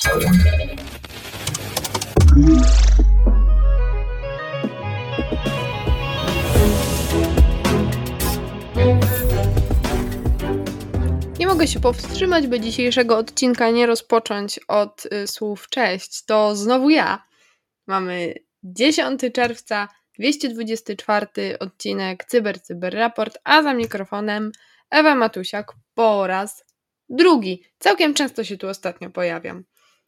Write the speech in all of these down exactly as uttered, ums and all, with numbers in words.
Nie mogę się powstrzymać, by dzisiejszego odcinka nie rozpocząć od y, słów cześć. To znowu ja. Mamy dziesiątego czerwca, dwieście dwudziesty czwarty odcinek Cyber Cyber Raport, a za mikrofonem Ewa Matusiak po raz drugi. Całkiem często się tu ostatnio pojawiam.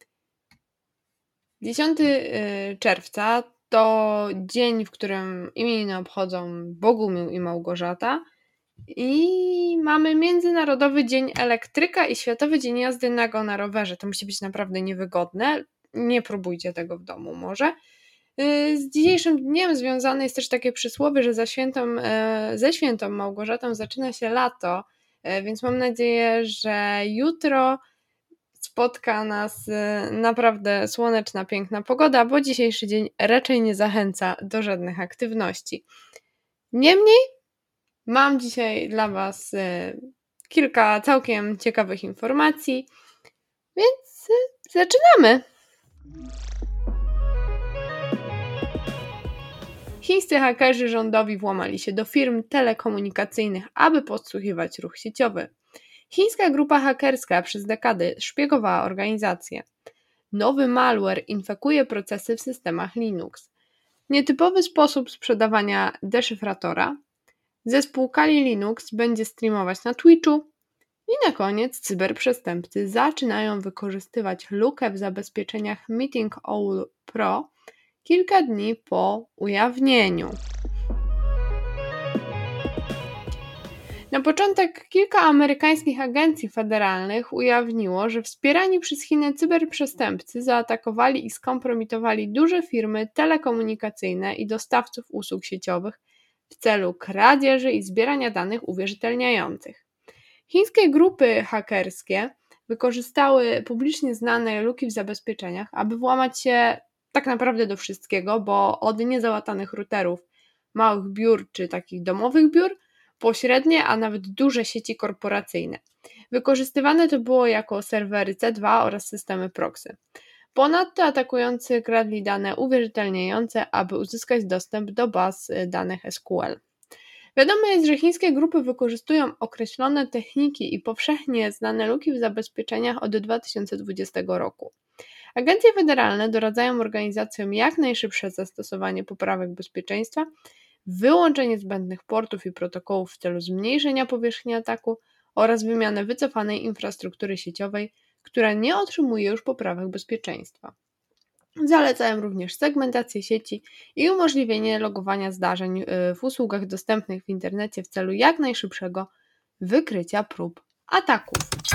dziesiątego czerwca to dzień, w którym imieniny obchodzą Bogumił i Małgorzata. I mamy Międzynarodowy Dzień Elektryka i Światowy Dzień Jazdy nago na rowerze. To musi być naprawdę niewygodne. Nie próbujcie tego w domu może. Z dzisiejszym dniem związane jest też takie przysłowie, że za świętą, ze świętą Małgorzatą zaczyna się lato, więc mam nadzieję, że jutro spotka nas naprawdę słoneczna, piękna pogoda, bo dzisiejszy dzień raczej nie zachęca do żadnych aktywności. Niemniej mam dzisiaj dla Was kilka całkiem ciekawych informacji, więc zaczynamy! Chińscy hakerzy rządowi włamali się do firm telekomunikacyjnych, aby podsłuchiwać ruch sieciowy. Chińska grupa hakerska przez dekady szpiegowała organizację. Nowy malware infekuje procesy w systemach Linux. Nietypowy sposób sprzedawania deszyfratora. Zespół Kali Linux będzie streamować na Twitchu. I na koniec cyberprzestępcy zaczynają wykorzystywać lukę w zabezpieczeniach Meeting Owl Pro kilka dni po ujawnieniu. Na początek kilka amerykańskich agencji federalnych ujawniło, że wspierani przez Chiny cyberprzestępcy zaatakowali i skompromitowali duże firmy telekomunikacyjne i dostawców usług sieciowych w celu kradzieży i zbierania danych uwierzytelniających. Chińskie grupy hakerskie wykorzystały publicznie znane luki w zabezpieczeniach, aby włamać się tak naprawdę do wszystkiego, bo od niezałatanych routerów, małych biur czy takich domowych biur, pośrednie, a nawet duże sieci korporacyjne. Wykorzystywane to było jako serwery C dwa oraz systemy proxy. Ponadto atakujący kradli dane uwierzytelniające, aby uzyskać dostęp do baz danych S Q L. Wiadomo jest, że chińskie grupy wykorzystują określone techniki i powszechnie znane luki w zabezpieczeniach od dwa tysiące dwudziestego roku. Agencje federalne doradzają organizacjom jak najszybsze zastosowanie poprawek bezpieczeństwa, wyłączenie zbędnych portów i protokołów w celu zmniejszenia powierzchni ataku oraz wymianę wycofanej infrastruktury sieciowej, która nie otrzymuje już poprawek bezpieczeństwa. Zalecają również segmentację sieci i umożliwienie logowania zdarzeń w usługach dostępnych w internecie w celu jak najszybszego wykrycia prób ataków.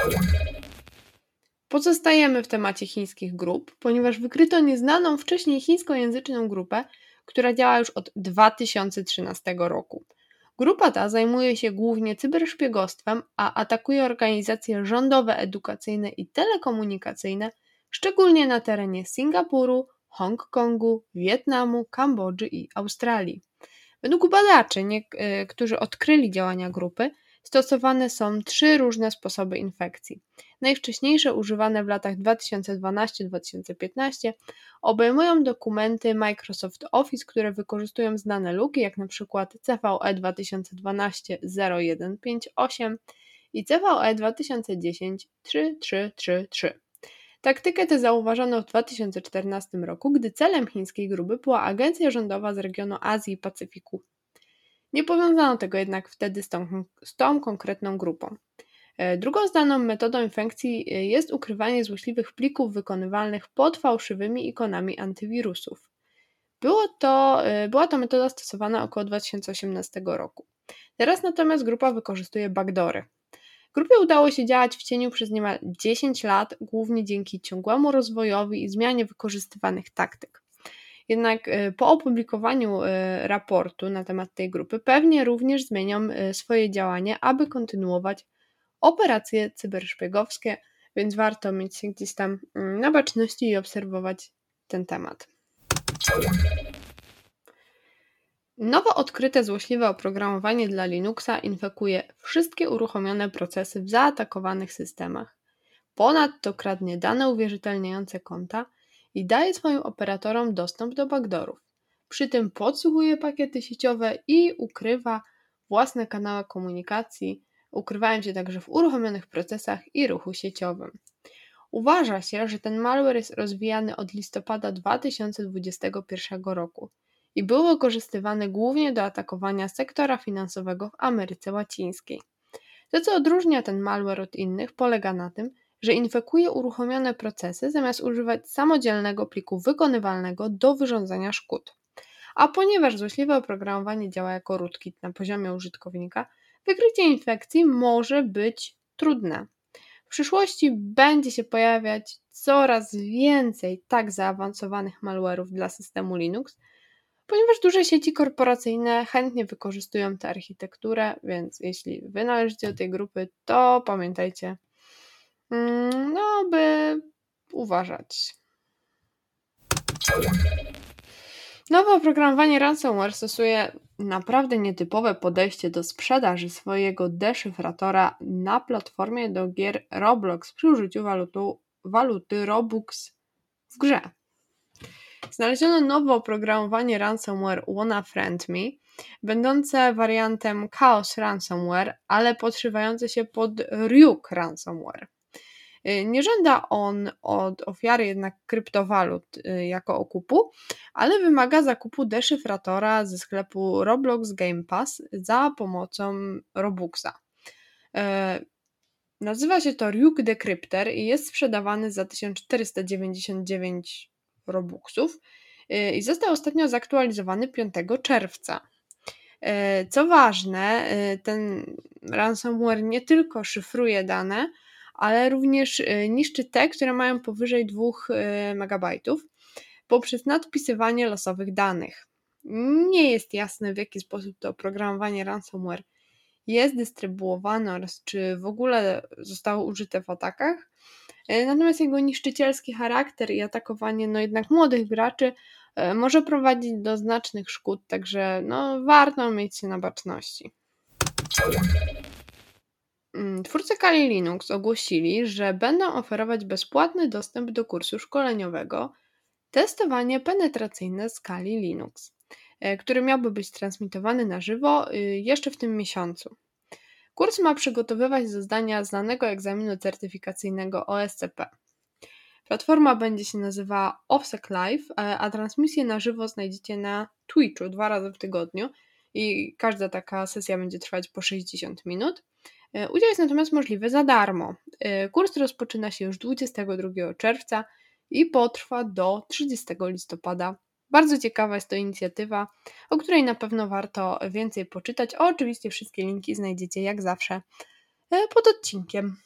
Pozostajemy w temacie chińskich grup, ponieważ wykryto nieznaną wcześniej chińskojęzyczną grupę, która działa już od dwa tysiące trzynastego roku. Grupa ta zajmuje się głównie cyberszpiegostwem, a atakuje organizacje rządowe, edukacyjne i telekomunikacyjne, szczególnie na terenie Singapuru, Hongkongu, Wietnamu, Kambodży i Australii. Według badaczy, nie, którzy odkryli działania grupy, stosowane są trzy różne sposoby infekcji. Najwcześniejsze, używane w latach dwa tysiące dwunastym do dwa tysiące piętnastego, obejmują dokumenty Microsoft Office, które wykorzystują znane luki, jak np. C V E dwa tysiące dwanaście zero jeden pięć osiem i C V E dwa tysiące dziesięć trzy trzy trzy trzy. Taktykę tę zauważono w dwa tysiące czternastym roku, gdy celem chińskiej grupy była agencja rządowa z regionu Azji i Pacyfiku. Nie powiązano tego jednak wtedy z tą, z tą konkretną grupą. Drugą znaną metodą infekcji jest ukrywanie złośliwych plików wykonywalnych pod fałszywymi ikonami antywirusów. Było to, była to metoda stosowana około dwa tysiące osiemnastego roku. Teraz natomiast grupa wykorzystuje backdoory. Grupie udało się działać w cieniu przez niemal dziesięć lat, głównie dzięki ciągłemu rozwojowi i zmianie wykorzystywanych taktyk. Jednak po opublikowaniu raportu na temat tej grupy pewnie również zmienią swoje działanie, aby kontynuować operacje cyberszpiegowskie, więc warto mieć się gdzieś tam na baczności i obserwować ten temat. Nowo odkryte złośliwe oprogramowanie dla Linuxa infekuje wszystkie uruchomione procesy w zaatakowanych systemach. Ponadto kradnie dane uwierzytelniające konta i daje swoim operatorom dostęp do backdoorów. Przy tym podsłuchuje pakiety sieciowe i ukrywa własne kanały komunikacji, ukrywając się także w uruchomionych procesach i ruchu sieciowym. Uważa się, że ten malware jest rozwijany od listopada dwa tysiące dwudziestego pierwszego roku i był wykorzystywany głównie do atakowania sektora finansowego w Ameryce Łacińskiej. To, co odróżnia ten malware od innych, polega na tym, że infekuje uruchomione procesy zamiast używać samodzielnego pliku wykonywalnego do wyrządzania szkód. A ponieważ złośliwe oprogramowanie działa jako rootkit na poziomie użytkownika, wykrycie infekcji może być trudne. W przyszłości będzie się pojawiać coraz więcej tak zaawansowanych malware'ów dla systemu Linux, ponieważ duże sieci korporacyjne chętnie wykorzystują tę architekturę, więc jeśli wy należycie do tej grupy, to pamiętajcie, no by uważać. Nowe oprogramowanie ransomware stosuje naprawdę nietypowe podejście do sprzedaży swojego deszyfratora na platformie do gier Roblox przy użyciu walutu, waluty Robux w grze. Znaleziono nowe oprogramowanie ransomware WannaFriend.me, będące wariantem Chaos Ransomware, ale podszywające się pod Ryuk Ransomware. Nie żąda on od ofiary jednak kryptowalut jako okupu, ale wymaga zakupu deszyfratora ze sklepu Roblox Game Pass za pomocą Robuxa. Nazywa się to Ryuk Decrypter i jest sprzedawany za tysiąc czterysta dziewięćdziesiąt dziewięć Robuxów i został ostatnio zaktualizowany piątego czerwca. Co ważne, ten ransomware nie tylko szyfruje dane, ale również niszczy te, które mają powyżej dwóch megabajtów poprzez nadpisywanie losowych danych. Nie jest jasne, w jaki sposób to oprogramowanie ransomware jest dystrybuowane oraz czy w ogóle zostało użyte w atakach. Natomiast jego niszczycielski charakter i atakowanie no jednak młodych graczy może prowadzić do znacznych szkód, także no, warto mieć się na baczności. Twórcy Kali Linux ogłosili, że będą oferować bezpłatny dostęp do kursu szkoleniowego Testowanie penetracyjne z Kali Linux, który miałby być transmitowany na żywo jeszcze w tym miesiącu. Kurs ma przygotowywać do zdania znanego egzaminu certyfikacyjnego O S C P. Platforma będzie się nazywała OffSec Live, a transmisję na żywo znajdziecie na Twitchu dwa razy w tygodniu i każda taka sesja będzie trwać po sześćdziesiąt minut. Udział jest natomiast możliwy za darmo. Kurs rozpoczyna się już dwudziestego drugiego czerwca i potrwa do trzydziestego listopada. Bardzo ciekawa jest to inicjatywa, o której na pewno warto więcej poczytać. Oczywiście wszystkie linki znajdziecie jak zawsze pod odcinkiem.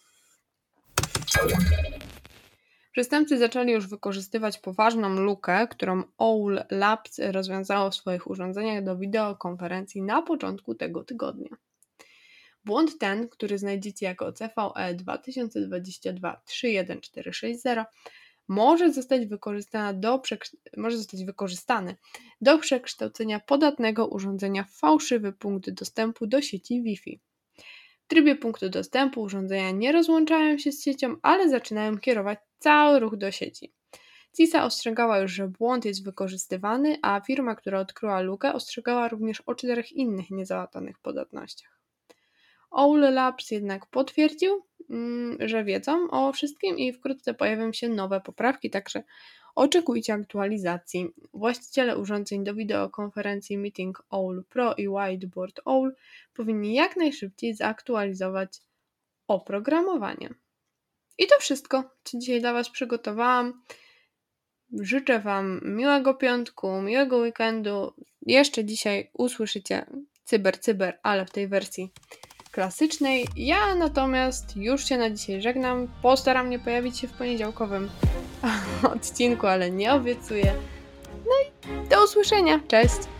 Przestępcy zaczęli już wykorzystywać poważną lukę, którą Owl Labs rozwiązało w swoich urządzeniach do wideokonferencji na początku tego tygodnia. Błąd ten, który znajdziecie jako C V E dwa tysiące dwadzieścia dwa trzy jeden cztery sześć zero, może zostać wykorzystany do, przeksz- może zostać wykorzystany do przekształcenia podatnego urządzenia w fałszywy punkt dostępu do sieci Wi-Fi. W trybie punktu dostępu urządzenia nie rozłączają się z siecią, ale zaczynają kierować cały ruch do sieci. C I S A ostrzegała już, że błąd jest wykorzystywany, a firma, która odkryła lukę, ostrzegała również o czterech innych niezałatanych podatnościach. Owl Labs jednak potwierdził, że wiedzą o wszystkim i wkrótce pojawią się nowe poprawki, także oczekujcie aktualizacji. Właściciele urządzeń do wideokonferencji Meeting Owl Pro i Whiteboard Owl powinni jak najszybciej zaktualizować oprogramowanie. I to wszystko, co dzisiaj dla Was przygotowałam. Życzę Wam miłego piątku, miłego weekendu. Jeszcze dzisiaj usłyszycie cyber, cyber, ale w tej wersji klasycznej. Ja natomiast już się na dzisiaj żegnam. Postaram się pojawić się w poniedziałkowym odcinku, ale nie obiecuję. No i do usłyszenia. Cześć!